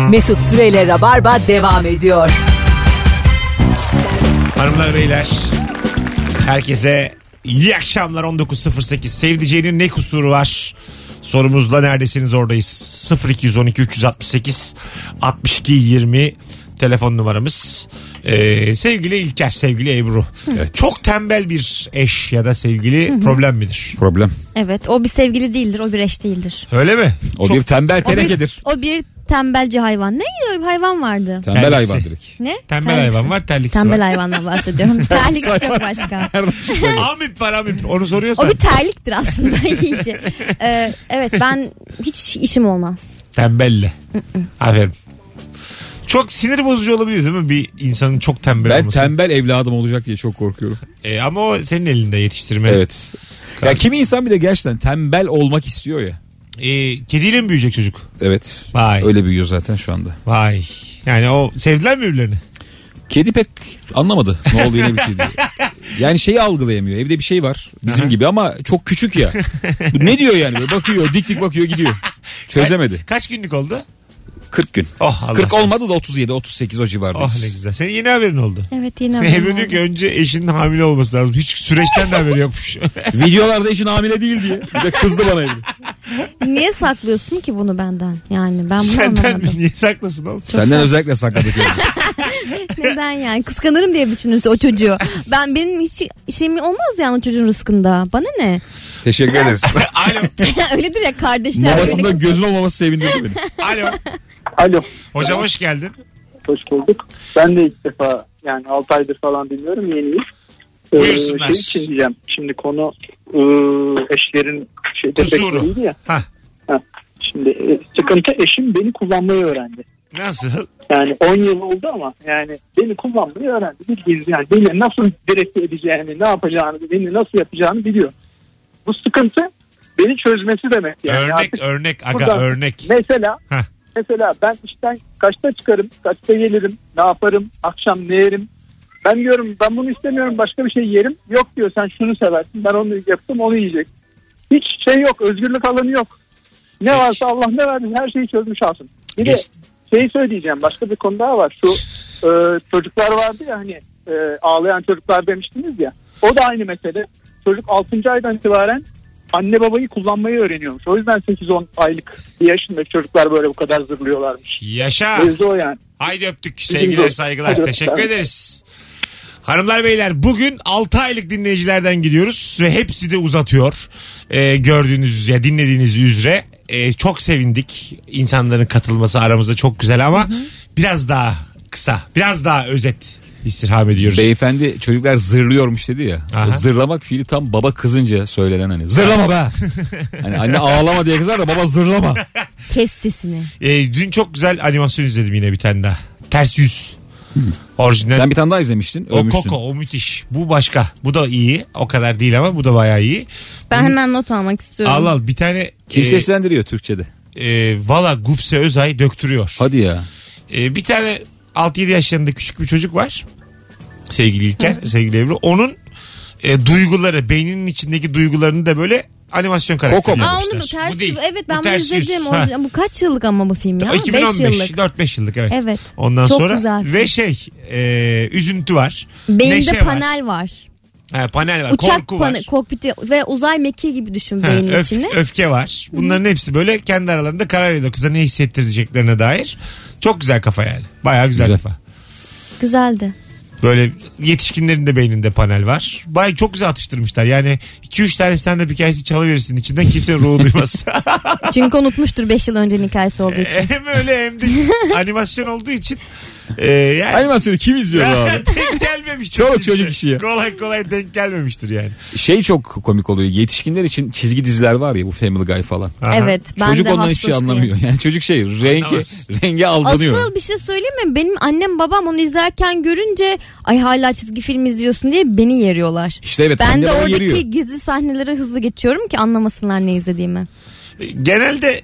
Mesut Süreyle Rabarba devam ediyor. Hanımlar beyler, herkese iyi akşamlar. 19.08. Sevdiceğinin ne kusuru var? Sorumuzla neredesiniz oradayız. 0212 368 62 20 telefon numaramız. Sevgili İlker, sevgili Ebru. Evet. Çok tembel bir eş ya da sevgili problem midir? Problem. Evet, o bir sevgili değildir, o bir eş değildir. Öyle mi? O bir tembel tenekedir. O bir tembelci hayvan. Neydi öyle bir hayvan vardı? Tembel Terliksi. hayvan direkt. Ne? Tembel Terliksi. hayvan var, terliksi Tembel var. hayvandan bahsediyorum. Terlik çok başka. Amip var, amip. Onu soruyorsan. O bir terliktir aslında iyice. Evet, ben hiç işim olmaz. Tembelle. Aferin. Çok sinir bozucu olabilir değil mi bir insanın çok tembel Ben olması? tembel evladım olacak diye çok korkuyorum. Ama o senin elinde yetiştirme. Evet. Ya kimi insan bir de gerçekten tembel olmak istiyor ya. Kediyle mi büyüyecek çocuk? Evet. Vay. Öyle büyüyor zaten şu anda. Vay. Yani o sevdiler mi birbirlerini? Kedi pek anlamadı ne oldu yine bitti diye. Yani şeyi algılayamıyor. Evde bir şey var bizim gibi ama çok küçük ya. Ne diyor yani? Böyle bakıyor, dik dik bakıyor, gidiyor. Çözemedi. Kaç günlük oldu? 40 gün. Oh Allah. 40 olmadı da 37, 38 o civardayız. Oh ne güzel. Senin yeni haberin oldu. Evet, yine Ebru diyor ki önce eşinin hamile olması lazım. Hiç süreçten de haberi yokmuş. Videolarda eşin hamile değil diye. Bir de kızdı bana Ebru. Niye saklıyorsun ki bunu benden? Yani ben bunu Senden mi? anlamadım. Niye saklasın oğlum? Senden özellikle sakladık. Neden yani? Kıskanırım diye düşünürse o çocuğu. Benim hiç şeyim olmaz yani o çocuğun rızkında. Bana ne? Teşekkür ederiz. Alo. Öyledir ya kardeşler. Babasında gözün olmaması sevindirdi beni. Alo. Alo. Hocam hoş geldin. Hoş bulduk. Ben de ilk defa yani 6 aydır falan bilmiyorum, yeniyiz. Buyursunlar. Şey için diyeceğim. Şimdi konu eşlerin Kusuru. defekleriydi ya. Hah. Şimdi sıkıntı, eşim beni kullanmayı öğrendi. Nasıl? Yani 10 yıl oldu ama yani beni kullanmayı öğrendi. Bildiğiniz yani beni nasıl direkt edeceğini, ne yapacağını, beni nasıl yapacağını biliyor. Bu sıkıntı beni çözmesi demek yani. Örnek aga buradan, örnek. Mesela ben işten kaçta çıkarım, kaçta gelirim, ne yaparım, akşam ne yerim. Ben diyorum ben bunu istemiyorum, başka bir şey yerim. Yok diyor, sen şunu seversin, ben onu yaptım, onu yiyecek. Hiç şey yok, özgürlük alanı yok. Ne varsa Allah ne verdi her şeyi çözmüş alsın. Bir de şeyi söyleyeceğim, başka bir konu daha var. Şu çocuklar vardı ya hani ağlayan çocuklar demiştiniz ya. O da aynı mesele. Çocuk 6. aydan itibaren anne babayı kullanmayı öğreniyormuş. O yüzden 8-10 aylık bir yaşındaki çocuklar böyle bu kadar zırlıyorlarmış. Yaşa. O yani. Haydi öptük. Sevgiler, saygılar. Teşekkür ederiz. Hanımlar beyler, bugün 6 aylık dinleyicilerden gidiyoruz ve hepsi de uzatıyor. Gördüğünüz ya dinlediğiniz üzere çok sevindik. İnsanların katılması aramızda çok güzel ama biraz daha kısa, biraz daha özet istirham ediyoruz. Beyefendi çocuklar zırlıyormuş dedi ya. Aha. Zırlamak fiili tam baba kızınca söylenen hani. Zırlama be. Hani anne ağlama diye kızar da baba zırlama. Kes sesini. Dün çok güzel animasyon izledim yine bir tane daha. Ters yüz. Orijinal. Sen bir tane daha izlemiştin. O Övmüştün. Koko, o müthiş. Bu başka. Bu da iyi. O kadar değil ama bu da bayağı iyi. Ben hemen not almak istiyorum. Al al bir tane. Kim seslendiriyor Türkçe'de? Valla Gupse Özay döktürüyor. Hadi ya. Bir tane 6-7 yaşlarında küçük bir çocuk var. Sevgili İlker, sevgili Ebru. Onun duyguları, beyninin içindeki duygularını da böyle animasyon karakteri Koko mu? yapmışlar. Onu mu? Ters Bu değil. Evet, ben Bu bunu ters yüz. izledim. Ha. Bu kaç yıllık ama bu film ya? 2015, 5 yıllık. 4-5 yıllık evet. Evet. Ondan Çok sonra güzel film. ve üzüntü var. Beyinde neşe panel var. Ha, panel var. Uçak Korku var. kokpiti ve uzay mekiği gibi düşün Ha, beynin içine. öfke var. Bunların hepsi böyle kendi aralarında karar veriyor kıza ne hissettireceklerine dair. Çok güzel kafa yani. Bayağı güzel kafa. Güzeldi. Böyle yetişkinlerin de beyninde panel var. Bayağı çok güzel atıştırmışlar. Yani 2-3 tane stand-up hikayesi çalıverirsin içinden, kimsenin ruhu duymaz. Çünkü unutmuştur 5 yıl öncenin hikayesi olduğu için. Hem öyle hem de animasyon olduğu için. Yani, Animasyonu kim izliyor ya, abi? denk gelmemiştir. Çok kimse. çocuk işi ya. Kolay kolay denk gelmemiştir yani. Şey çok komik oluyor. Yetişkinler için çizgi diziler var ya, bu Family Guy falan. Aha. Evet, ben Çocuk de ondan hiçbir şey hastasıyım. anlamıyor. Yani çocuk Anlamaz. renge aldanıyor. Asıl bir şey söyleyeyim mi? Benim annem babam onu izlerken görünce ay hala çizgi film izliyorsun diye beni yeriyorlar. İşte evet. Ben de baba oradaki yeriyor. gizli sahnelere hızlı geçiyorum ki anlamasınlar ne izlediğimi. Genelde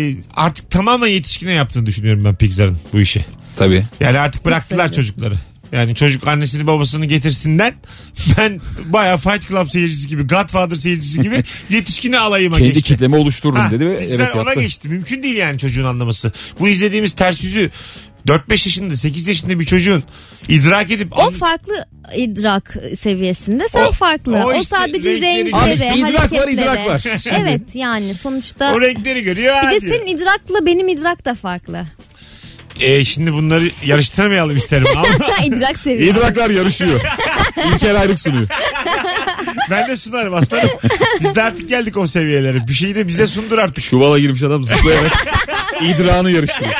artık tamamen yetişkine yaptığını düşünüyorum ben Pixar'ın bu işi. Tabii. Yani artık bıraktılar sayılır. çocukları. Yani çocuk annesini babasını getirsinden ben bayağı Fight Club seyircisi gibi, Godfather seyircisi gibi yetişkini alayıma Kendi geçti. kitlemi oluştururum dedi ve işte evet ona yaptı. geçti. Mümkün değil yani çocuğun anlaması. Bu izlediğimiz ters yüzü 4-5 yaşında 8 yaşında bir çocuğun idrak edip O farklı idrak seviyesinde, sen farklı. o O işte sadece renkleri- renkleri, Abi, idrak var, hareketleri. idrak var. Evet yani sonuçta o renkleri görüyor. bir de diyor. senin idrakla benim idrak da farklı. Şimdi bunları yarıştırmayalım isterim ama İdrak seviyesi. İdraklar yarışıyor. İlker Ayrık sunuyor. ben de sunarım aslanım. Biz de artık geldik o seviyelere. Bir şeyi de bize sundur artık. Çuvala girmiş adam zıplayarak idrağını yarıştırıyor.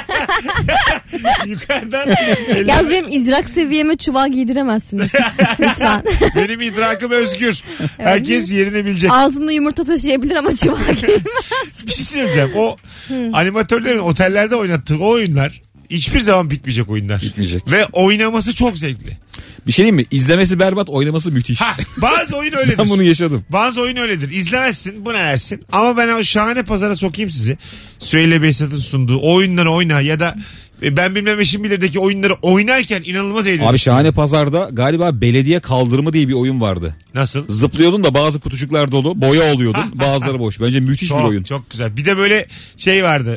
Yukarıdan Yaz benim idrak seviyeme çuval giydiremezsiniz. Lütfen. benim idrakım özgür. Herkes yerini bilecek. Ağzında yumurta taşıyabilir ama çuval giymez. Bir şey söyleyeceğim. O animatörlerin otellerde oynattığı o oyunlar hiçbir zaman bitmeyecek oyunlar. Bitmeyecek. Ve oynaması çok zevkli. Bir şey diyeyim mi? İzlemesi berbat, oynaması müthiş. Bazı oyun öyledir. Ben bunu yaşadım. Bazı oyun öyledir. İzlemezsin, bu ne dersin? Ama ben o şahane pazara sokayım sizi. Süheyl Behzat'ın sunduğu o oyunları oyna ya da ben bilmem eşim bilirdeki oyunları oynarken inanılmaz eğleniyorsun. Abi Şahane Pazar'da galiba belediye kaldırımı diye bir oyun vardı. Nasıl? Zıplıyordun da bazı kutucuklar dolu, boya oluyordun, bazıları boş. Bence müthiş bir oyun. Çok güzel. Bir de böyle şey vardı.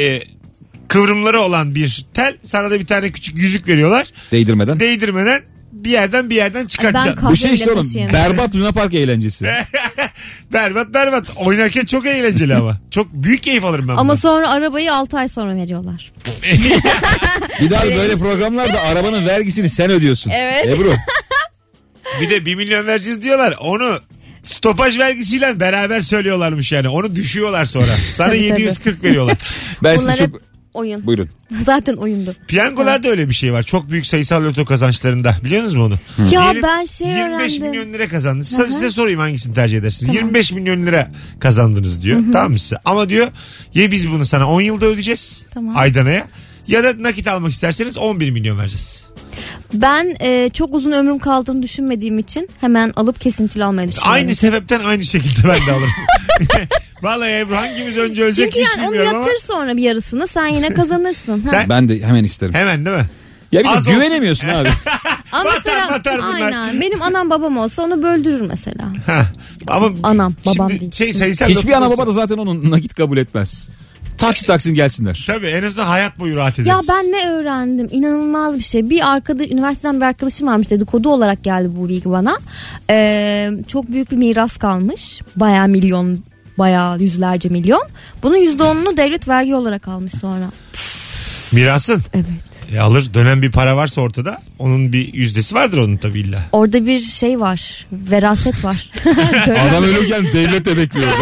Kıvrımları olan bir tel. Sana da bir tane küçük yüzük veriyorlar. Değdirmeden. Değdirmeden bir yerden çıkartacaksın. Bu şey işte oğlum, taşıyamıyorum. berbat Luna Park eğlencesi. Berbat. Oynarken çok eğlenceli ama. Çok büyük keyif alırım ben Ama bundan. sonra arabayı 6 ay sonra veriyorlar. Bir daha böyle programlarda arabanın vergisini sen ödüyorsun. Evet. Ebru. Bir de 1 milyon vereceğiz diyorlar. Onu stopaj vergisiyle beraber söylüyorlarmış yani. Onu düşüyorlar sonra. Sana Tabii, 740 veriyorlar. Ben size Bunlar çok... hep oyun. Buyurun. Zaten oyundu. Piyangolarda öyle bir şey var. Çok büyük sayısal loto kazançlarında. Biliyor musunuz mu onu? Ya Diyelim ben şey 25 öğrendim. milyon lira kazandınız. Size sorayım hangisini tercih edersiniz? 25 milyon lira kazandınız diyor. Tamam mı size? Ama diyor ya biz bunu sana 10 yılda ödeyeceğiz. Tamam. Aydana'ya. Ya da nakit almak isterseniz 11 milyon vereceğiz. Ben çok uzun ömrüm kaldığını düşünmediğim için hemen alıp kesintili almayı düşünüyorum. Aynı sebepten aynı şekilde ben de alırım. Vallahi Ebru hangimiz önce ölecek Çünkü hiç yani onu bilmiyorum ama. yatır sonra bir yarısını, sen yine kazanırsın. Ha. Sen- Ben de hemen isterim. Hemen değil mi? Ya bir de Az olsun. güvenemiyorsun abi. Ama batar bunlar. aynen. Benim anam babam olsa onu böldürür mesela. Ha. Ama Anam, babam şimdi değil. sayısal Hiçbir loto ana olsa- baba da zaten onun nakit kabul etmez. Taksin gelsinler. Tabii en azından hayat boyu rahat ederiz. Ya ben ne öğrendim? İnanılmaz bir şey. Üniversiteden bir arkadaşım varmış, dedikodu olarak geldi bu bilgi bana. Çok büyük bir miras kalmış. Bayağı yüzlerce milyon. Bunun %10'unu devlet vergi olarak almış sonra. Mirasın. Evet. Alır dönen bir para varsa ortada onun bir yüzdesi vardır onun tabii illa. Orada bir şey var. Veraset var. Adam ölürken devlet de bekliyor.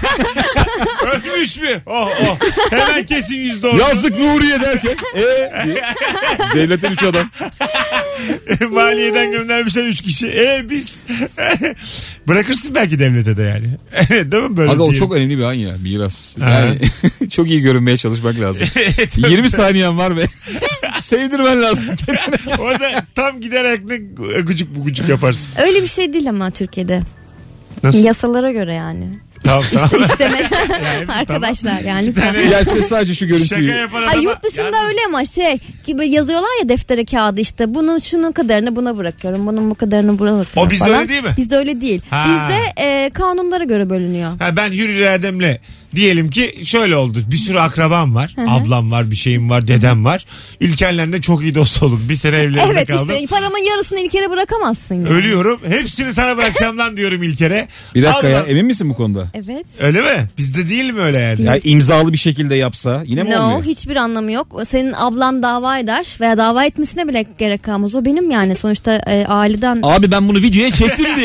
Ölmüş mü? Oh. Hemen kesin %10. Yazdık Nuriye derken. Diye. Devletin 3 adam. Maliyeden göndermişler 3 kişi. Biz. Bırakırsın belki devlete de yani. Değil mi böyle? Aga o diyelim. çok önemli bir an ya, miras. Ha. Yani çok iyi görünmeye çalışmak lazım. 20 saniyen var ve sevdirmen lazım. Orada tam giderek ne gıcık yaparsın. Öyle bir şey değil ama Türkiye'de. Nasıl? Yasalara göre yani. Tamam. İsteme Yani, arkadaşlar yani. Bir tane- Ya size sadece şu Şaka görüntüyü. yapan Ay, adama- yurt dışında Yalnız- öyle ama gibi yazıyorlar ya deftere, kağıdı, işte bunun şunun kadarını buna bırakıyorum, bunun bu kadarını buna bırakıyorum O bizde falan. öyle değil mi? Bizde öyle değil. Ha. Bizde kanunlara göre bölünüyor. Ben hür irademle diyelim ki şöyle oldu. Bir sürü akrabam var. Ablam var, bir şeyim var, dedem var. İlker'le de çok iyi dost oldum. Bir sene evlerinde Evet kaldım. işte paramın yarısını İlker'e bırakamazsın yani. Ölüyorum. Hepsini sana bırakacağım lan diyorum İlker'e. Bir dakika ya, Allah- emin misin bu konuda? Evet. Öyle mi? Bizde değil mi öyle yani? Ya imzalı bir şekilde yapsa yine mi No, olmuyor? hiçbir anlamı yok. Senin ablan dava eder veya dava etmesine bile gerek kalmaz. O benim yani sonuçta aileden. Abi ben bunu videoya çektim diye.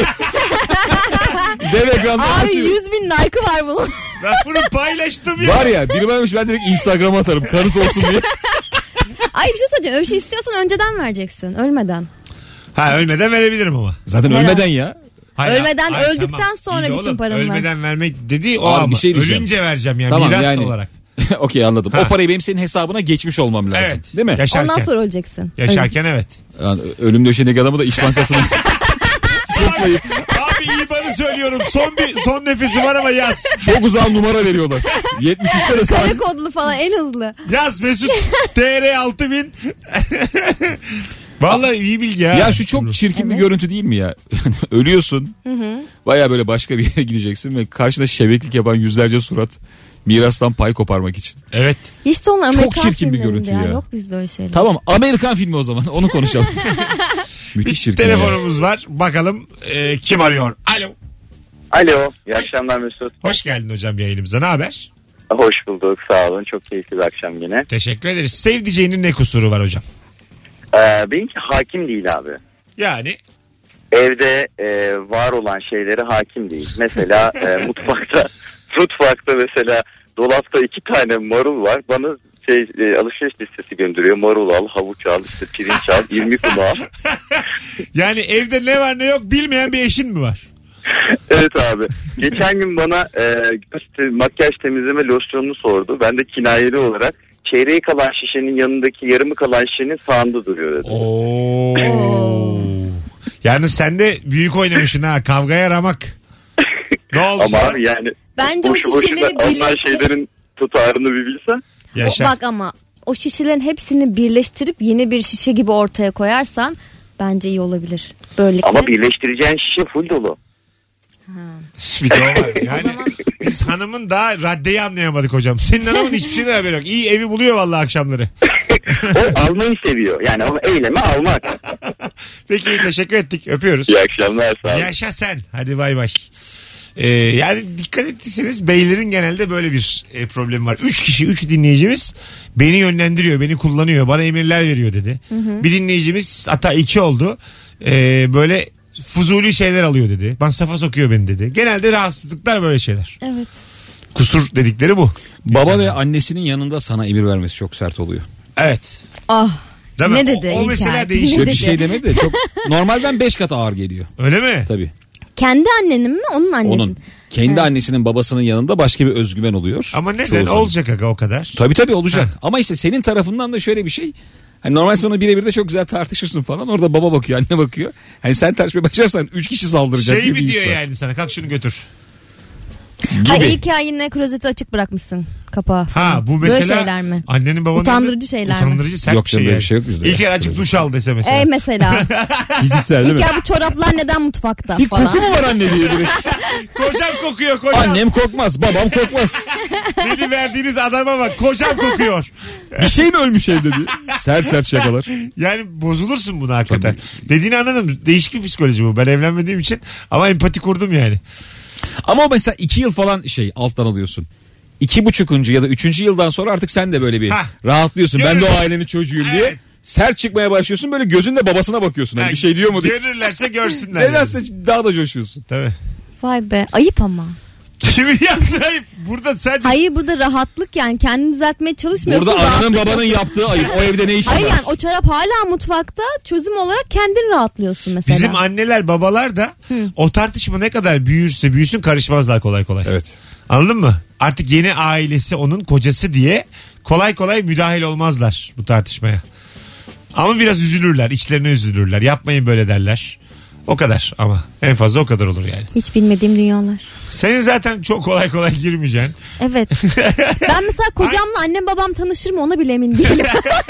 Dev ekranda Abi atıyor. 100.000 like'ı var bunun. Ben bunu paylaştım ya. Var ya, biri varmış, ben direkt Instagram'a atarım kanıt olsun diye. Ay bir şey söyleyeceğim. Öyle bir şey istiyorsan önceden vereceksin. Ölmeden. Ölmeden verebilirim ama. Zaten Herhalde. ölmeden ya. Ölmeden, öldükten sonra İyi de bütün oğlum, paranı ver. ölmeden vermek dediği o Abi ama. bir şey diyeceğim. Ölünce vereceğim yani Tamam, miras yani. olarak. Okey, anladım. Ha. O parayı benim senin hesabına geçmiş olmam lazım. Evet. Değil mi? Yaşarken. Ondan sonra öleceksin. Yaşarken evet. Yani ölüm döşeğindeki adamı da İş Bankası'nın sırtlayıp Abi IBAN'ı söylüyorum. Son nefesi var ama yaz. çok uzak numara veriyorlar. 73'te de sana. Kare kodlu falan en hızlı. Yaz Mesut TR 6000. Vallahi iyi bilgi ya. Ya şu çok çirkin bir görüntü değil mi ya? Ölüyorsun. Baya böyle başka bir yere gideceksin ve karşında şebeklik yapan yüzlerce surat. Mirastan pay koparmak için. Evet. İşte onun Amerikan Çok çirkin bir görüntü ya. Yok bizde öyle şeyler. Tamam, Amerikan filmi o zaman, onu konuşalım. Müthiş çirkin. Telefonumuz var. Bakalım kim arıyor? Alo. Alo, iyi akşamlar Mesut. Hoş geldin hocam yayınımıza. Ne haber? Hoş bulduk, sağ olun. Çok keyifli bir akşam yine. Teşekkür ederiz. Sevdiceğinin ne kusuru var hocam? Benimki hakim değil abi. Yani? Evde var olan şeylere hakim değil. Mesela mutfakta mesela dolapta 2 tane marul var. Bana alışveriş listesi gönderiyor. Marul al, havuç al, işte pirinç al, irmik unu al. Yani evde ne var ne yok bilmeyen bir eşin mi var? Evet abi. Geçen gün bana makyaj temizleme losyonunu sordu. Ben de kinayeli olarak çeyreği kalan şişenin yanındaki yarımı kalan şişenin sağında duruyor dedi. Oo. Yani sen de büyük oynamışsın ha. Kavgaya ramak. Ne oldu Ama sana? abi yani Bence o şişeleri alınan şeylerin tutarını bir bilsen. Yaşa. Bak ama o şişelerin hepsini birleştirip yeni bir şişe gibi ortaya koyarsan bence iyi olabilir. Böylelikle. Ama birleştireceğin şişe full dolu. Bir de o var. Yani biz hanımın daha raddeyi anlayamadık hocam. Senin hanımın hiçbir şeyden haberi yok. İyi evi buluyor vallahi akşamları. O almayı seviyor. Yani o eylemi almak. Peki teşekkür ettik. Öpüyoruz. İyi akşamlar, sağ olun. Yaşa sen. Hadi bay bay. Yani dikkat ettiyseniz beylerin genelde böyle bir problemi var. 3 dinleyicimiz beni yönlendiriyor, beni kullanıyor, bana emirler veriyor dedi. Bir dinleyicimiz hatta 2 oldu. Böyle fuzuli şeyler alıyor dedi. Masrafa sokuyor beni dedi. Genelde rahatsızlıklar böyle şeyler. Evet. Kusur dedikleri bu. Baba ve annesinin yanında sana emir vermesi çok sert oluyor. Evet. Ah. Değil mi? Ne dedi? O mesela İlker? değişiyor. Ne Bir dedi? şey demedi de çok normalden 5 kat ağır geliyor. Öyle mi? Tabii. Kendi annenin mi onun annesinin? Onun kendi annesinin babasının yanında başka bir özgüven oluyor. Ama neden? Çoğu zaman. Olacak aga o kadar. Tabii olacak. Ama işte senin tarafından da şöyle bir şey. Hani normal sonra birebir de çok güzel tartışırsın falan. Orada baba bakıyor, anne bakıyor. Hani sen tartışmaya başlarsan 3 kişi saldıracak Şey gibi mi bir diyor his var. yani sana kalk şunu götür. Ay, Gibi. iyi ki yine klozeti açık bırakmışsın kapağı. Ha bu mesela Böyle şeyler mi? annenin babanın Utandırıcı şeyler mi? utandırıcı sert Yok bir şey canım, yani. böyle bir şey yok bizde. İlker açık duş al dese mesela. Mesela. Fiziksel değil mi? İlker bu çoraplar neden mutfakta Bir falan. koku mu var anne diye direkt. Kocam kokuyor kocam. Annem kokmaz, babam kokmaz. Beni verdiğiniz adama bak kocam kokuyor. Bir şey mi ölmüş evde diye. Sert şakalar. Yani bozulursun buna hakikaten. Dediğini anladım. Değişik bir psikoloji bu. Ben evlenmediğim için ama empati kurdum yani. Ama o mesela 2 yıl falan alttan alıyorsun. 2,5. ya da 3. yıldan sonra artık sen de böyle bir rahatlıyorsun. Ben de o ailenin çocuğuyum diye. Evet. Sert çıkmaya başlıyorsun, böyle gözünle babasına bakıyorsun. Hani bir şey diyor mu diye. Görürlerse görsünler. Nedense daha da coşuyorsun. Tabii. Vay be, ayıp ama. Kimi yaptı ayıp? Burada sadece... Hayır, burada rahatlık, yani kendini düzeltmeye çalışmıyorsun. Burada ananın rahatlık babanın yok. yaptığı ayıp. O evde ne işin Hayır var? yani o çorap hala mutfakta, çözüm olarak kendin rahatlıyorsun mesela. Bizim anneler babalar da o tartışma ne kadar büyürse büyüsün karışmazlar kolay kolay. Evet. Anladın mı? Artık yeni ailesi onun kocası diye kolay kolay müdahil olmazlar bu tartışmaya. Ama biraz üzülürler, içlerine üzülürler. Yapmayın böyle derler. O kadar ama en fazla o kadar olur yani. Hiç bilmediğim dünyalar. Senin zaten çok kolay kolay girmeyeceksin. Evet. Ben mesela kocamla annem babam tanışır mı ona bile emin değilim.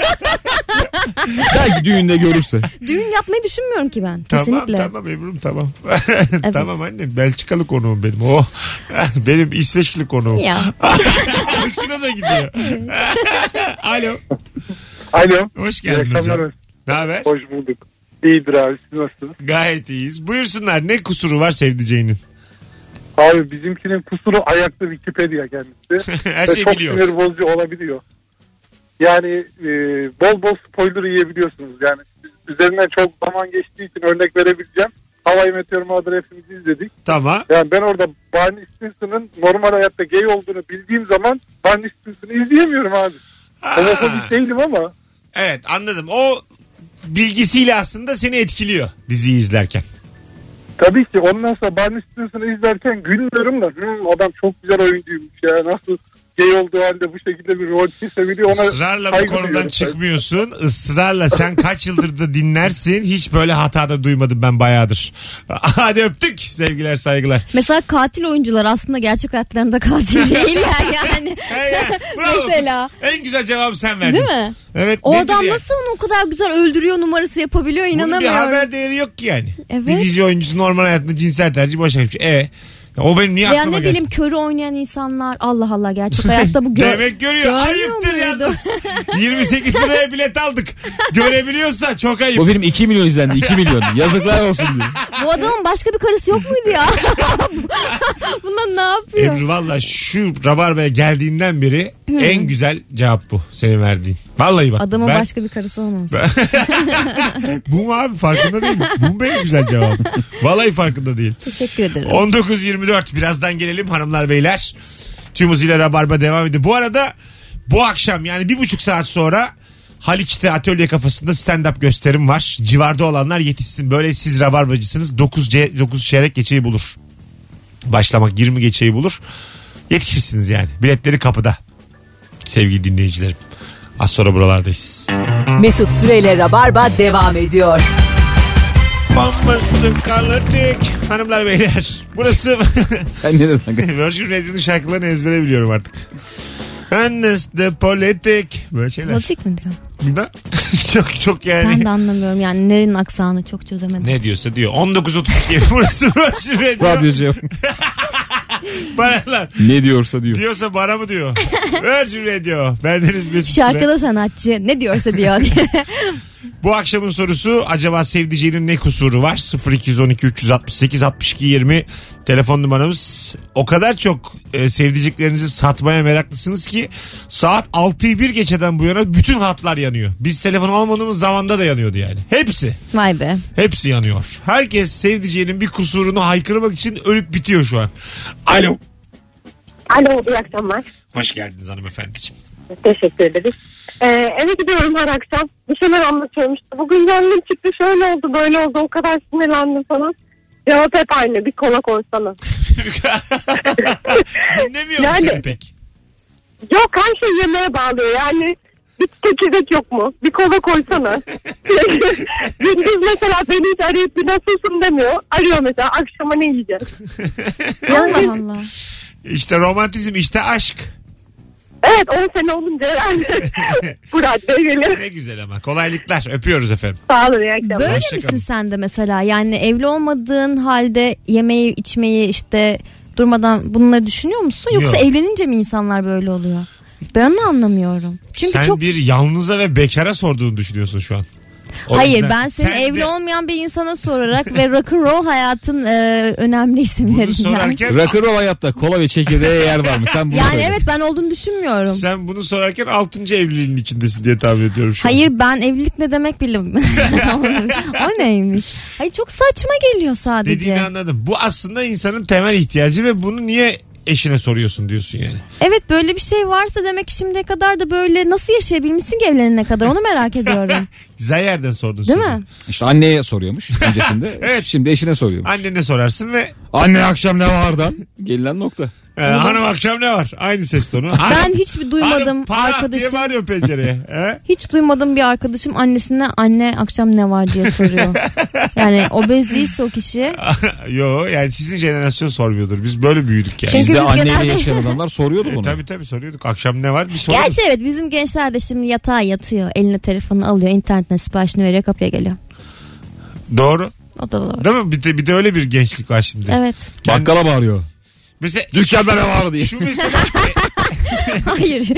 Belki düğünde görürse. Düğün yapmayı düşünmüyorum ki ben. Kesinlikle. Tamam Ebru'm tamam. Tamam annem, Belçikalı konuğum benim. Oh. Benim İsveçli konuğum. Ya. Hoşuna da gidiyor. Alo. Alo. Hoş geldin hocam. Ne haber? Hoş bulduk. İyidir abi, siz nasılsınız? Gayet iyiyiz. Buyursunlar, ne kusuru var sevdiceğinin? Abi bizimkinin kusuru ayakta Wikipedia kendisi. Her Ve şey çok biliyor. sinir bozucu olabiliyor. Yani bol bol spoiler yiyebiliyorsunuz. Yani üzerinden çok zaman geçtiği için örnek verebileceğim. How I Met Your Mother hepimiz izledik. Tamam. Yani ben orada Barney Stinson'ın normal hayatta gay olduğunu bildiğim zaman Barney Stinson'ı izleyemiyorum abi. Homofobik değilim ama. Evet anladım. O bilgisiyle aslında seni etkiliyor diziyi izlerken. Tabii ki ondan sonra Barney Stinson'ı izlerken gülmüyorum da adam çok güzel oyuncuymuş ya, nasıl gay olduğu halde bu şekilde bir rol kesebiliyor. Ona Israrla bu konudan çıkmıyorsun. Israrla sen kaç yıldır da dinlersin. Hiç böyle hata da duymadım ben bayağıdır. Hadi öptük. Sevgiler saygılar. Mesela katil oyuncular aslında gerçek hayatlarında katil değiller yani. Bravo Mesela. Kız. En güzel cevabı sen verdin. Değil mi? Evet. O nedir adam ya? nasıl onu o kadar güzel öldürüyor numarası yapabiliyor, Bunun bir inanamıyorum. haber değeri yok ki yani. Evet. Bir dizi oyuncusu normal hayatında cinsel tercih başka bir şey. O benim niye Veya aklıma ne gelsin? bileyim körü oynayan insanlar, Allah Allah, gerçek hayatta bu Demek görüyor. Görmüyor Ayıptır muydu? yalnız. 28 liraya bilet aldık. Görebiliyorsa çok ayıp. Bu film 2 milyon izlendi. 2 milyon. Yazıklar olsun diye. Bu adamın başka bir karısı yok muydu ya? Bunlar ne yapıyor? Ebru valla şu Rabarba'ya geldiğinden beri en güzel cevap bu senin verdiğin. Vallahi bak. Adamın başka bir karısı olmamış. Bu mu abi, farkında değil mi? Bu mu benim güzel cevabım? Vallahi farkında değil. Teşekkür ederim. 19.24 birazdan gelelim hanımlar beyler. Tüm hızıyla Rabarba devam ediyor. Bu arada bu akşam yani 1,5 saat sonra Haliç'te Atölye Kafası'nda stand-up gösterim var. Civarda olanlar yetişsin. Böyle siz Rabarbacısınız. 9 çeyrek geçeyi bulur. Başlamak 20 geçeyi bulur. Yetişirsiniz yani. Biletleri kapıda. Sevgili dinleyicilerim. Az sonra buralardayız. Mesut Süreyle Rabarba devam ediyor. Bambaşka kalırdık. Hanımlar beyler. Burası Sen ne dedin? Virgin Radio'nun şarkılarını ezbere biliyorum artık. Annes de politik. Böyle şeyler. Politik mi diyor? Bilmem. çok yani. Ben de anlamıyorum yani nerenin aksanı çok çözemedim. Ne diyorsa diyor. 19.32 burası Virgin Radio. Radyocu yok. Bana lan. Ne diyorsa diyor. Diyorsa bana mı diyor. Virgin Radio. Bendeniz Mesut Süre. Şarkıda sanatçı ne diyorsa diyor. Bu akşamın sorusu acaba sevdiceğinin ne kusuru var? 0212 368 62 20 telefon numaramız. O kadar çok sevdiceklerinizi satmaya meraklısınız ki saat 6'yı 1 geçeden bu yana bütün hatlar yanıyor. Biz telefon almadığımız zamanda da yanıyordu yani. Hepsi. Vay be. Hepsi yanıyor. Herkes sevdiceğinin bir kusurunu haykırmak için ölüp bitiyor şu an. Alo. Alo, iyi akşamlar. Hoş geldiniz hanımefendiciğim. Teşekkür ederiz. Eve gidiyorum her akşam. Bir şeyler anlatıyorum işte. Bugün gönlüm çıktı, şöyle oldu, böyle oldu. O kadar sinirlendim falan. Cevap hep aynı. Bir kola koysana. Dinlemiyor mu Yani- seni pek? Yok, her şey yemeğe bağlıyor. Yani bir çekirdek yok mu? Bir kola koysana. Gündüz mesela beni hiç arayıp bir nasılsın demiyor. Arıyor mesela, akşama ne yiyeceğiz? Allah Allah. İşte romantizm, işte aşk. Evet, 10 sene olunca herhalde bu raddeye geliyor. Ne güzel ama. Kolaylıklar. Öpüyoruz efendim. Sağ olun, iyi akşamlar. Böyle Hoşça misin kalın. sen de mesela? Yani evli olmadığın halde yemeği içmeyi işte durmadan bunları düşünüyor musun? Yoksa Yok. evlenince mi insanlar böyle oluyor? Ben onu anlamıyorum. Çünkü Sen çok... bir yalnıza ve bekara sorduğunu düşünüyorsun şu an. O Hayır, yüzden ben senin sen evli de olmayan bir insana sorarak ve rock'n'roll hayatın önemli bunu isimlerinden. sorarken Rock'n'roll hayatta kola ve çekirdeğe yer var mı? Sen bunu Yani söyle. evet, ben olduğunu düşünmüyorum. sen bunu sorarken 6. evliliğin içindesin diye tahmin ediyorum şu an. Hayır, ben evlilik ne demek bildim. O neymiş? Hayır, çok saçma geliyor sadece. Dediğini anladım. Bu aslında insanın temel ihtiyacı ve bunu niye eşine soruyorsun diyorsun yani. Evet, böyle bir şey varsa demek ki şimdiye kadar da böyle nasıl yaşayabilmişsin ki evlenene kadar, onu merak ediyorum. Güzel yerden sordun. Değil soruyu. mi? İşte anneye soruyormuş öncesinde. Evet. Şimdi eşine soruyormuş. Annene sorarsın ve Anne akşam ne vardan? Gelinen nokta. hanım akşam ne var? Aynı ses tonu. Ben hiç duymadım Hanım para diye arkadaşım. bağırıyor pencereye. He? Hiç duymadım bir arkadaşım annesine anne akşam ne var diye soruyor. Yani obez değilse o kişi. Yo yani sizin jenerasyon sormuyordur. Biz böyle büyüdük yani. Çünkü Bizde biz anneyle genelde- yaşayan adamlar soruyordu bunu. Tabii soruyorduk. Akşam ne var? Bir soruyorduk. Gerçi evet, bizim gençler de şimdi yatağa yatıyor. Eline telefonu alıyor. İnternetten siparişini veriyor, kapıya geliyor. Doğru. O da doğru. Değil mi? Bir de öyle bir gençlik var şimdi. Evet. Bakkala bağırıyor. Mesela Dükkanda ne var diye. şu mesela Hayır.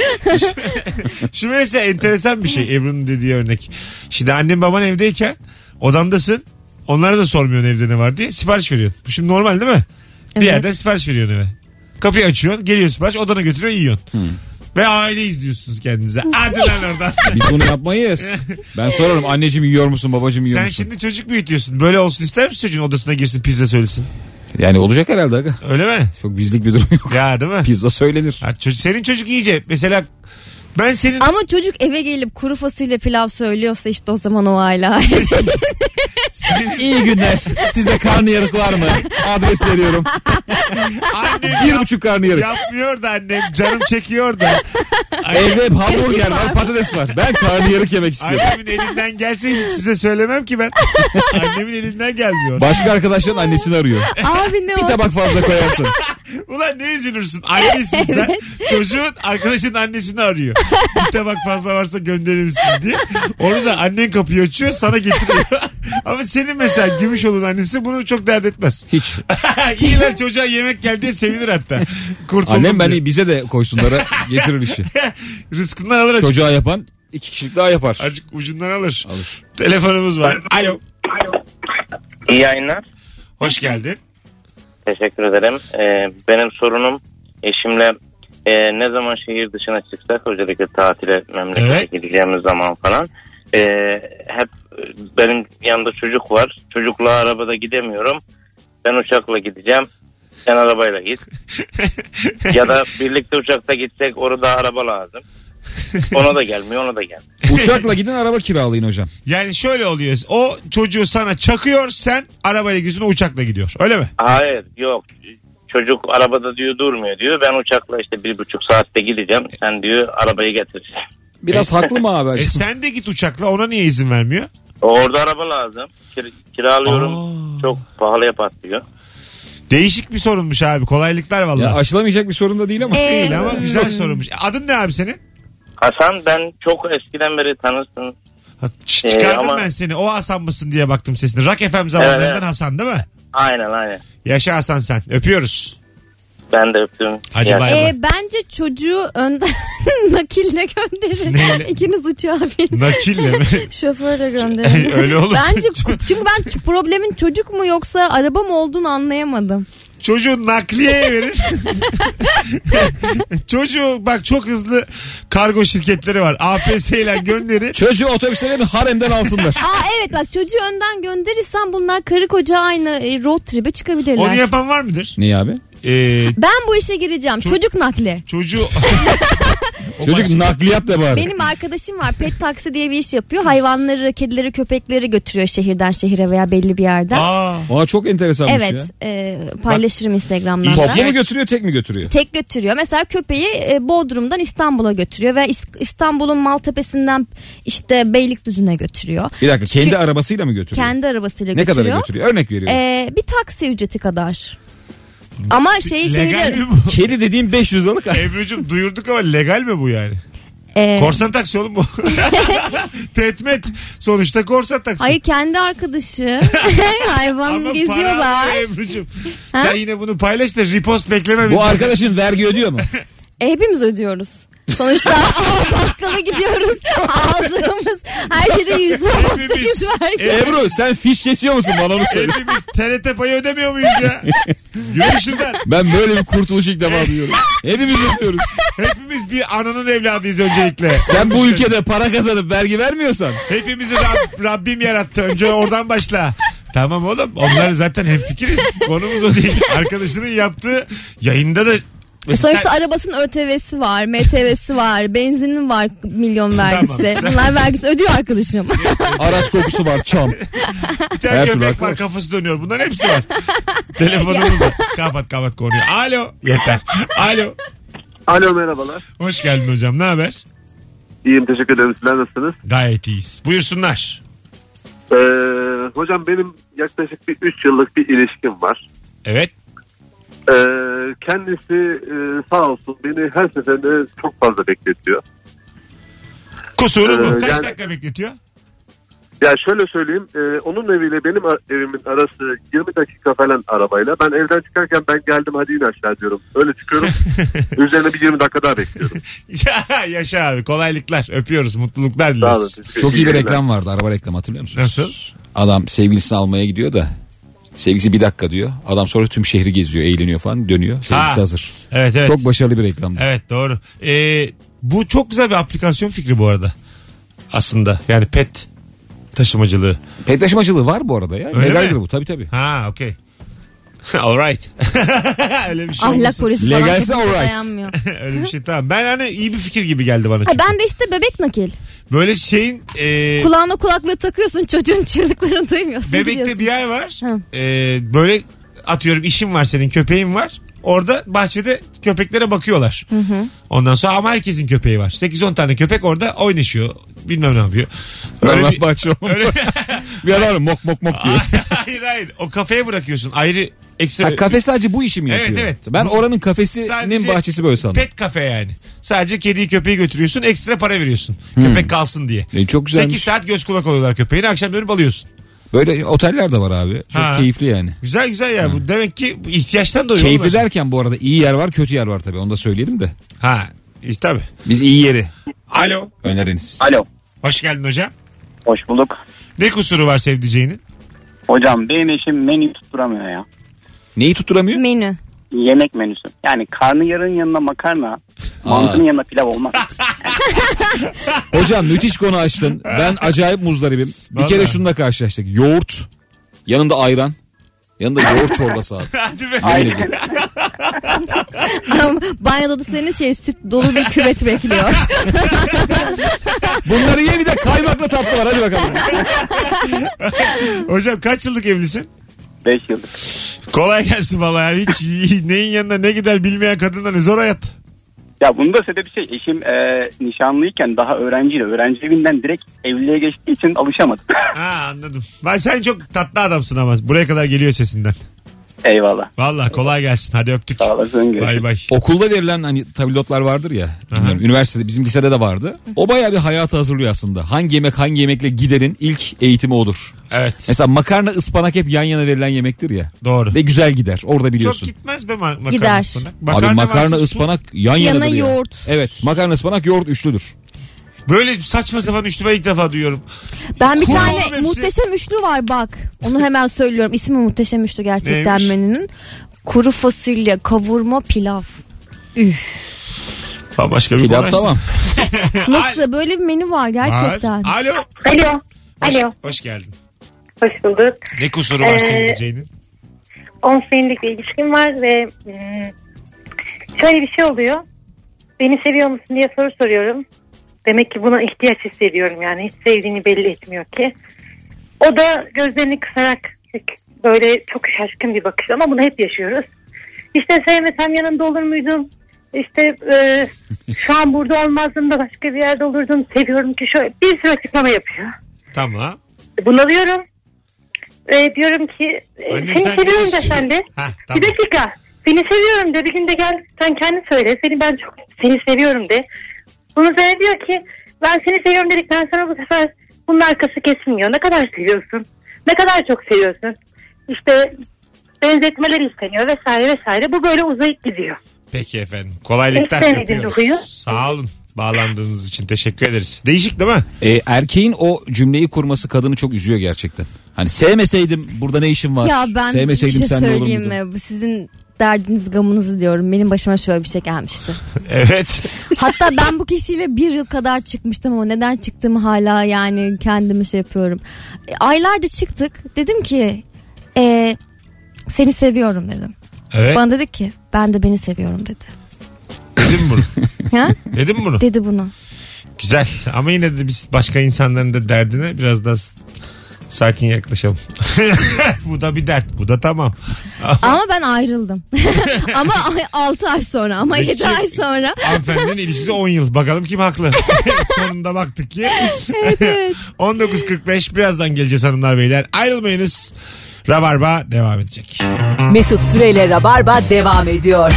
şu mesela enteresan bir şey Ebru'nun dediği örnek. Şimdi annen baban evdeyken odandasın. Onlara da sormuyorsun evde ne var diye. Sipariş veriyorsun. Bu şimdi normal değil mi? Bir Evet. yerden sipariş veriyorsun eve. Kapıyı açıyorsun. Geliyor sipariş. Odana götürüyor yiyorsun. Ve aile izliyorsunuz kendinize. Hadi lan oradan. Biz bunu yapmayız. Ben sorarım anneciğim yiyor musun babacığım yiyor Sen musun? şimdi çocuk büyütüyorsun. Böyle olsun ister misin çocuğun odasına girsin pizza söylesin? Yani olacak herhalde aga. Öyle mi? Çok bizlik bir durum yok. Ya değil mi? Pizza söylenir. Ha, senin çocuk iyice. Mesela ben senin... Ama çocuk eve gelip kuru fasulye pilav söylüyorsa işte o zaman o aile. İyi günler. Sizde karnıyarık var mı? Adres veriyorum. Annem 1,5 karnıyarık. yapmıyor da annem. Canım çekiyor da. Evde hep hamburger var, patates var. Ben karnıyarık yemek istiyorum. Annemin elinden gelse hiç size söylemem ki ben. Annemin elinden gelmiyor. Başka arkadaşların annesini arıyor. Abi ne Bir o? tabak fazla koyarsın. Ulan ne üzülürsün. Annesin sen. Çocuğun arkadaşın annesini arıyor. Bir tabak fazla varsa gönderir misin diye. Onu da annen kapıyı açıyor sana getiriyor. Ama senin mesela Gümüşoğlu'nun annesi bunu çok dert etmez. Hiç. İyiler çocuğa yemek geldi diye sevinir hatta. Kurtuldum Annem diye. beni bize de koysunlara getirir işi. Rızkından alır açık. Çocuğa yapan 2 kişilik daha yapar. Azıcık ucundan alır. Alır. Telefonumuz var. Alo. İyi yayınlar. Hoş geldin. Teşekkür ederim. Benim sorunum eşimle ne zaman şehir dışına çıksak özellikle tatile memlekete Evet. gideceğimiz zaman falan hep benim yanımda çocuk var. Çocukla arabada gidemiyorum. Ben uçakla gideceğim. Sen arabayla git. Ya da birlikte uçakta gitsek orada araba lazım. Ona da gelmiyor, ona da gelmiyor. Uçakla gidin araba kiralayın hocam. Yani şöyle oluyor. O çocuğu sana çakıyor, sen arabayla gidiyorsun, o uçakla gidiyor. Öyle mi? Hayır, yok. Çocuk arabada diyor durmuyor diyor. Ben uçakla işte 1,5 saatte gideceğim. Sen diyor arabayı getir. Biraz haklı mı abi? Sen de git uçakla, ona niye izin vermiyor? Orada araba lazım. Kiralıyorum. Çok pahalıya patlıyor. Değişik bir sorunmuş abi. Kolaylıklar Ya vallahi. aşılamayacak bir sorun da değil ama. Değil ama güzel sorunmuş. Adın ne abi senin? Hasan, ben çok eskiden beri tanırsın. Çıkardım ama- ben seni. O Hasan mısın diye baktım sesine. Rock FM zamanlarından Evet. Hasan değil mi? Aynen. Yaşa Hasan sen. Öpüyoruz. Ben de öptüm. Hadi Ya- bay bay. Bence çocuğu önden nakille gönderin. Neyle? İkiniz uçağa binin. Nakille mi? Şoförle gönderin. Öyle olur. Bence çünkü ben problemin çocuk mu yoksa araba mı olduğunu anlayamadım. Çocuğu nakliyeye verin. Çocuğu bak çok hızlı kargo şirketleri var. APS ile gönderin. Çocuğu otobüse verin haremden alsınlar. Aa evet bak çocuğu önden gönderirsen bunlar karı koca aynı road trip'e çıkabilirler. Onu yapan var mıdır? Niye abi? Ben bu işe gireceğim. Çocuk nakli. Çocuğu... Çocuk nakliyat da bari. Benim arkadaşım var. Pet taksi diye bir iş yapıyor. Hayvanları, kedileri, köpekleri götürüyor şehirden şehire veya belli bir yerden. Aa çok enteresanmış ya. Evet. Paylaşırım Instagram'dan da. Toplu mu götürüyor tek mi götürüyor? Tek götürüyor. Mesela köpeği Bodrum'dan İstanbul'a götürüyor ve İstanbul'un Maltepe'sinden işte Beylikdüzü'ne götürüyor. Bir dakika kendi Çünkü- arabasıyla mı götürüyor? Kendi arabasıyla Ne götürüyor. kadara götürüyor? Örnek veriyorum. Bir taksi ücreti kadar. Ama Legal şeyler mi bu? Kedi dediğim 500 liralık. Ebru'cum duyurduk ama legal mi bu yani? e, Korsan taksi oğlum bu. Petmet. Sonuçta korsan taksi. hayır kendi arkadaşı hayvan Ama geziyorlar. para alıyor Ebru'cum. Sen yine bunu paylaş da repost bekleme Bu bizden. arkadaşın vergi ödüyor mu? Hepimiz ödüyoruz. Sonuçta bakkala gidiyoruz. Ağzımız her şeyde %18 vergi. Ebru sen fiş geçiyor musun bana onu söyle. Hepimiz TRT payı ödemiyor muyuz ya? Yürü şuradan. Ben böyle bir kurtuluş ilk defa duyuyorum. Hepimiz ödüyoruz. Hepimiz bir ananın evladıyız öncelikle. Sen bu ülkede para kazanıp vergi vermiyorsan. Hepimizi Rabbim yarattı. Önce oradan başla. Tamam oğlum. Onlar zaten hemfikiriz. Konumuz o değil. Arkadaşının yaptığı yayında da Sonuçta arabasının ÖTV'si var, MTV'si var, benzinin var milyon vergisi. Tamam. Bunlar vergisi ödüyor arkadaşım. Araç kokusu var çam. bir tane Her türlü köpek hakkı var var. kafası dönüyor. Bunların hepsi var. Telefonumuz var. Kapat konuyu. Alo. Yeter. Alo. Alo merhabalar. Hoş geldin hocam. Ne haber? İyiyim teşekkür ederim. Sizler nasılsınız? Gayet iyiyiz. Buyursunlar. Hocam benim yaklaşık bir 3 yıllık bir ilişkim var. Evet. Kendisi sağ olsun beni her seferinde çok fazla bekletiyor. Kusuru bu. Kaç yani- dakika bekletiyor? Ya şöyle söyleyeyim. Onun eviyle benim evimin arası 20 dakika falan arabayla. Ben evden çıkarken ben geldim hadi in aşağı diyorum. Öyle çıkıyorum. Üzerine bir 20 dakika daha bekliyorum. Yaşa abi. Kolaylıklar. Öpüyoruz. Mutluluklar Sağ dileriz. olun. teşekkür Çok iyi bir ederim. reklam vardı. Araba reklamı hatırlıyor musunuz? Nasıl? Adam sevgilisini almaya gidiyor da. Sevgilisi bir dakika diyor. Adam sonra tüm şehri geziyor, eğleniyor falan, dönüyor. Sevgilisi Ha. hazır. Evet evet. Çok başarılı bir reklamdı. Evet doğru. Bu çok güzel bir aplikasyon fikri bu arada. Aslında yani pet taşımacılığı. Pet taşımacılığı var bu arada ya. Öyle Legaldir mi? bu tabii tabii. Ha okey. Alright. Öyle bir şey Ahlak olmasın. polisi falan Legalse hepimize alright. dayanmıyor. Öyle bir şey tamam. Ben hani iyi bir fikir gibi geldi bana. Ha, Çünkü. ben de işte bebek nakil. Böyle şeyin Kulağına kulaklığı takıyorsun, çocuğun çığlıklarını duymuyorsun. Bebek'te biliyorsun. bir yer var. Hı. Böyle atıyorum işin var, senin köpeğin var. Orada bahçede köpeklere bakıyorlar. Ondan sonra ama herkesin köpeği var. 8-10 tane köpek orada oynaşıyor. Bilmem ne yapıyor. Allah bir- bahçe olmadı. öyle- Bir adam mok mok mok diye. hayır. O kafeye bırakıyorsun. Ayrı ekstra. Ha, kafe sadece bu işi mi Evet, yapıyor? evet. Ben Bu- oranın kafesinin Sadece bahçesi böyle sandım. Pet kafe yani. Sadece kediyi köpeği götürüyorsun. Ekstra para veriyorsun. Köpek kalsın diye. Çok güzelmiş. 8 saat göz kulak oluyorlar köpeğine. Akşam dönüp alıyorsun. Böyle oteller de var abi. Çok Ha. keyifli yani. Güzel ya. Bu demek ki bu ihtiyaçtan dolayı. Keyifli oğlum. derken bu arada iyi yer var, kötü yer var tabii. Onu da söyleyelim de. Ha. Tabii. Biz iyi yeri Alo. öneriniz. Alo. Hoş geldin hocam. Hoş bulduk. Ne kusuru var sevdiceğinin? Hocam benim eşim menü tutturamıyor ya. Neyi tutturamıyor? Menü. Yemek menüsü. Yani karnıyarığın yanına makarna, mantının yanına pilav olmaz. Hocam müthiş konu açtın. Ben acayip muzdaribim. Bir Vallahi. kere şununla karşılaştık. Yoğurt, yanında ayran, yanında yoğurt çorbası abi. Hadi be. Yemin ediyorum. Banyoda da senin süt dolu bir küvet bekliyor. Bunları ye, bir de kaymakla tatlı var. Hadi bakalım. Hocam kaç yıllık evlisin? 5 yıllık. Kolay gelsin vallahi. Hiç neyin yanına ne gider bilmeyen kadınla ne zor hayat. Ya bunda sebebi şey, eşim nişanlıyken daha öğrenciydi. Öğrenci evinden direkt evliliğe geçtiği için alışamadım. Ha, anladım. Sen çok tatlı adamsın ama. Buraya kadar geliyor sesinden. Eyvallah. Vallahi kolay gelsin. Hadi öptük. Sağ olasın. Görüşürüz. Bay bay. Okulda verilen hani tabelotlar vardır ya. Bilmiyorum, üniversitede, bizim lisede de vardı. O bayağı bir hayata hazırlıyor aslında. Hangi yemekle giderin ilk eğitimi odur. Evet. Mesela makarna ıspanak hep yan yana verilen yemektir ya. Doğru. Ve güzel gider. Orada biliyorsun. Çok gitmez be makarna Gider. ıspanak. Abi makarna varsa su- ıspanak yan Yanına yanadır ya. yoğurt. Evet, makarna ıspanak yoğurt üçlüdür. Böyle saçma sapan üçlü ben ilk defa duyuyorum. Ben bir Kuru tane oğlum hepsi. muhteşem üçlü var bak. Onu hemen söylüyorum. İsmi muhteşem üçlü gerçekten Neymiş? menünün. Kuru fasulye, kavurma, pilav. Üf. Başka bir Pilav konu tamam. Nasıl böyle bir menü var gerçekten. Var. Alo. Alo. Alo. Hoş geldin. Hoş bulduk. Ne kusuru var sevdiceğinin? 10 senelik bir ilişkim var ve şöyle bir şey oluyor. Beni seviyor musun diye soru soruyorum. Demek ki buna ihtiyaç hissediyorum, yani hiç sevdiğini belli etmiyor ki. O da gözlerini kısarak böyle çok şaşkın bir bakış, ama bunu hep yaşıyoruz. İşte sevmesem yanında olur muydum? İşte şu an burada olmazdım da başka bir yerde olurdum. Seviyorum ki şöyle bir sürü açıklama yapıyor. Tamam. Bunalıyorum. Diyorum ki Annem, seni sen seviyorum ne de istiyorsun? sen de. Ha, tamam. Bir dakika. Seni seviyorum de, bir gün de gel sen kendin söyle. Seni seviyorum de. Bunun üzerine diyor ki ben seni seviyorum dedikten sonra bu sefer bunun arkası kesilmiyor. Ne kadar seviyorsun? Ne kadar çok seviyorsun? İşte benzetmeler isteniyor vesaire vesaire. Bu böyle uzayıp gidiyor. Peki efendim. Kolaylıklar Sevmedin yapıyoruz. Ruhu'yu. Sağ olun. Bağlandığınız için teşekkür ederiz. Değişik değil mi? Erkeğin o cümleyi kurması kadını çok üzüyor gerçekten. Hani sevmeseydim burada ne işim var? Ya ben Sevmeseydim bir şey sen de olur söyleyeyim muydun? mi? Bu sizin derdiniz gamınızı diyorum. Benim başıma şöyle bir şey gelmişti. Evet. Hatta ben bu kişiyle 1 yıl kadar çıkmıştım ama neden çıktığımı hala yani kendimi şey yapıyorum. Aylarca çıktık. Dedim ki seni seviyorum dedim. Evet. Bana dedi ki ben de beni seviyorum dedi. Dedim bunu. Ha? Dedim bunu. Dedi bunu. Güzel. Ama yine de biz başka insanların da derdine biraz daha sakin yaklaşalım. Bu da bir dert. Bu da tamam. Ama ben ayrıldım. Ama 6 ay sonra ama Peki. 7 ay sonra. Hanımefendinin ilişkisi 10 yıl. Bakalım kim haklı. Sonunda baktık ki. Evet. 19.45 birazdan geleceğiz hanımlar beyler. Ayrılmayınız. Rabarba devam edecek. Mesut Süreyle Rabarba devam ediyor.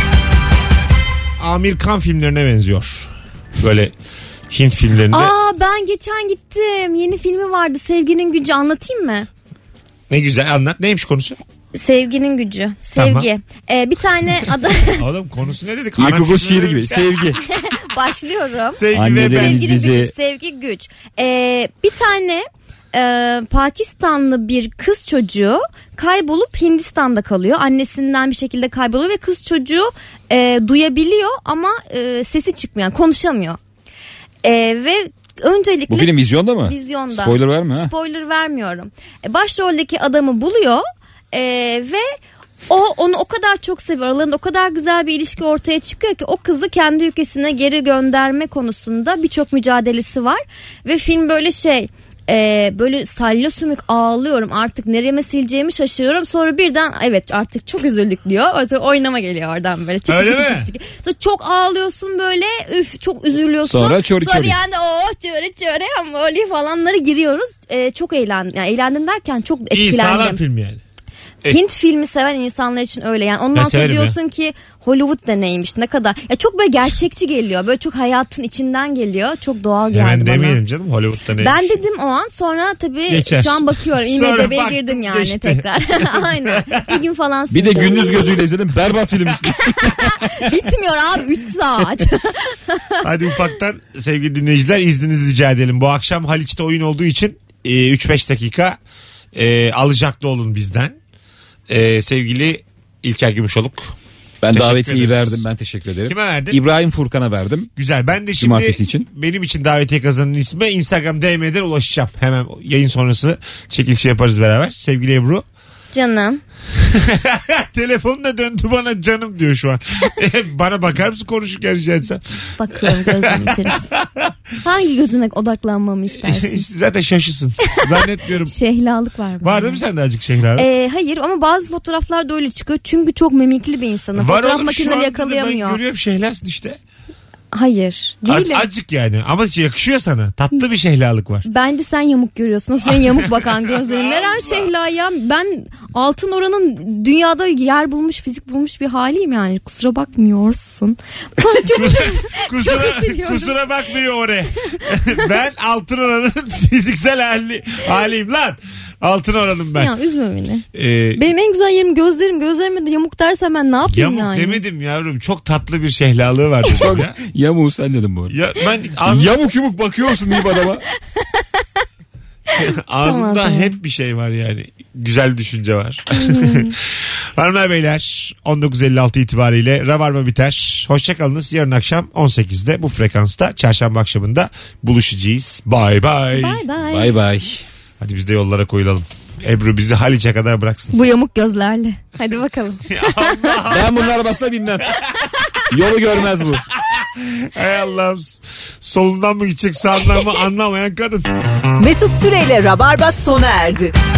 Amir Khan filmlerine benziyor. Böyle Hint filmlerinde. Ben geçen gittim. Yeni filmi vardı. Sevginin Gücü, anlatayım mı? Ne güzel, anlat. Neymiş konusu? Sevginin Gücü. Sevgi. Bir tane adam Oğlum konusu ne dedik? İlkokul Ana şiiri gibi. filmleri- Sevgi. başlıyorum. Sevgi ve Annelerimiz ben. Sevginin bizi- Gücü, sevgi güç. Bir tane Pakistanlı bir kız çocuğu kaybolup Hindistan'da kalıyor. Annesinden bir şekilde kayboluyor ve kız çocuğu duyabiliyor ama sesi çıkmıyor, yani konuşamıyor. Ve öncelikle Bu film vizyonda mı? vizyonda. Spoiler verme ha. Spoiler vermiyorum. Başroldeki adamı buluyor ve onu o kadar çok seviyor. Aralarında o kadar güzel bir ilişki ortaya çıkıyor ki o kızı kendi ülkesine geri gönderme konusunda birçok mücadelesi var. Ve film böyle böyle salya sümük ağlıyorum, artık nereme sileceğimi şaşırıyorum. Sonra birden evet artık çok üzüldük diyor. Sonra oynama geliyor oradan böyle. Çık. Sonra çok ağlıyorsun böyle, çok üzülüyorsun. Sonra çori bir anda çöre amoli falanları giriyoruz. Çok eğlendim. Yani eğlendim derken çok etkilendim. İyi, sağlam film yani. Hint filmi seven insanlar için öyle yani. Ondan sonra diyorsun ki Hollywood da neymiş, ne kadar. Ya çok böyle gerçekçi geliyor. Böyle çok hayatın içinden geliyor. Çok doğal geldi bana. demeyelim canım Hollywood'da neymiş. Ben dedim o an, sonra tabii geçer. Şu an bakıyorum. IMDb'ye girdim yani geçti. tekrar. Aynen. Bir gün falan Bir de gündüz gözüyle izledim. Berbat film işte. Bitmiyor abi 3 saat. Hadi ufaktan sevgili dinleyiciler izninizi rica edelim. Bu akşam Haliç'te oyun olduğu için 3-5 dakika alacaklı olun bizden. Sevgili İlker Gümüşoluk. Ben teşekkür davetiyeyi ederiz. verdim. Ben teşekkür ederim. Kime verdin? İbrahim Furkan'a verdim. Güzel. Ben de şimdi Cumartesi için. benim için davetiye kazanan isme Instagram DM'den ulaşacağım. Hemen yayın sonrası çekilişi yaparız beraber. Sevgili Ebru. Canım. Telefonu da döndü bana canım diyor şu an. Bana bakar mısın konuşurken rica etsem? Bakıyorum gözünün içerisine. Hangi gözüne odaklanmamı istersin? İşte zaten şaşısın. Zannetmiyorum. Şehlalık var bende. Var değil mi sende azıcık şehirler? Hayır ama bazı fotoğraflarda öyle çıkıyor. Çünkü çok mimikli bir insanım. Var Fotoğraf oğlum, şu makineleri anda da yakalayamıyor. ben görüyorum şehirlersin işte. Hayır. Değil. Azıcık yani ama yakışıyor sana. Tatlı bir şehlalık var. Bence sen yamuk görüyorsun. O senin yamuk bakan gözlerin. Neren şehla ya? Ben Altın Oran'ın dünyada yer bulmuş, fizik bulmuş bir haliyim yani. Kusura bakmıyorsun. Kusura bakmıyor oraya. Ben Altın Oran'ın fiziksel haliyim lan. Altın Oran'ım ben. Ya üzme beni. Benim en güzel yerim gözlerim. Gözlerime de yamuk dersen ben ne yapayım yamuk yani? Yamuk demedim yavrum. Çok tatlı bir şehlalığı var. Ya. Yamuk sen dedin bu arada. Ya ben Yamuk yumuk bakıyorsun deyip adama. Ağzımda tamam. hep bir şey var yani. Güzel düşünce var. Hanımlar beyler 19.56 itibariyle Rabarba biter. Hoşçakalınız. Yarın akşam 18'de bu frekansta çarşamba akşamında buluşacağız. Bye bye. Bye bye. Bay bay. Hadi biz de yollara koyulalım. Ebru bizi Haliç'e kadar bıraksın. Bu yamuk gözlerle. Hadi bakalım. Ben bunun arabasına binmem. Yolu görmez bu. Hay Allah'ım. Solundan mı gidecek sağından mı anlamayan kadın. Mesut Süreyle Rabarba sona erdi.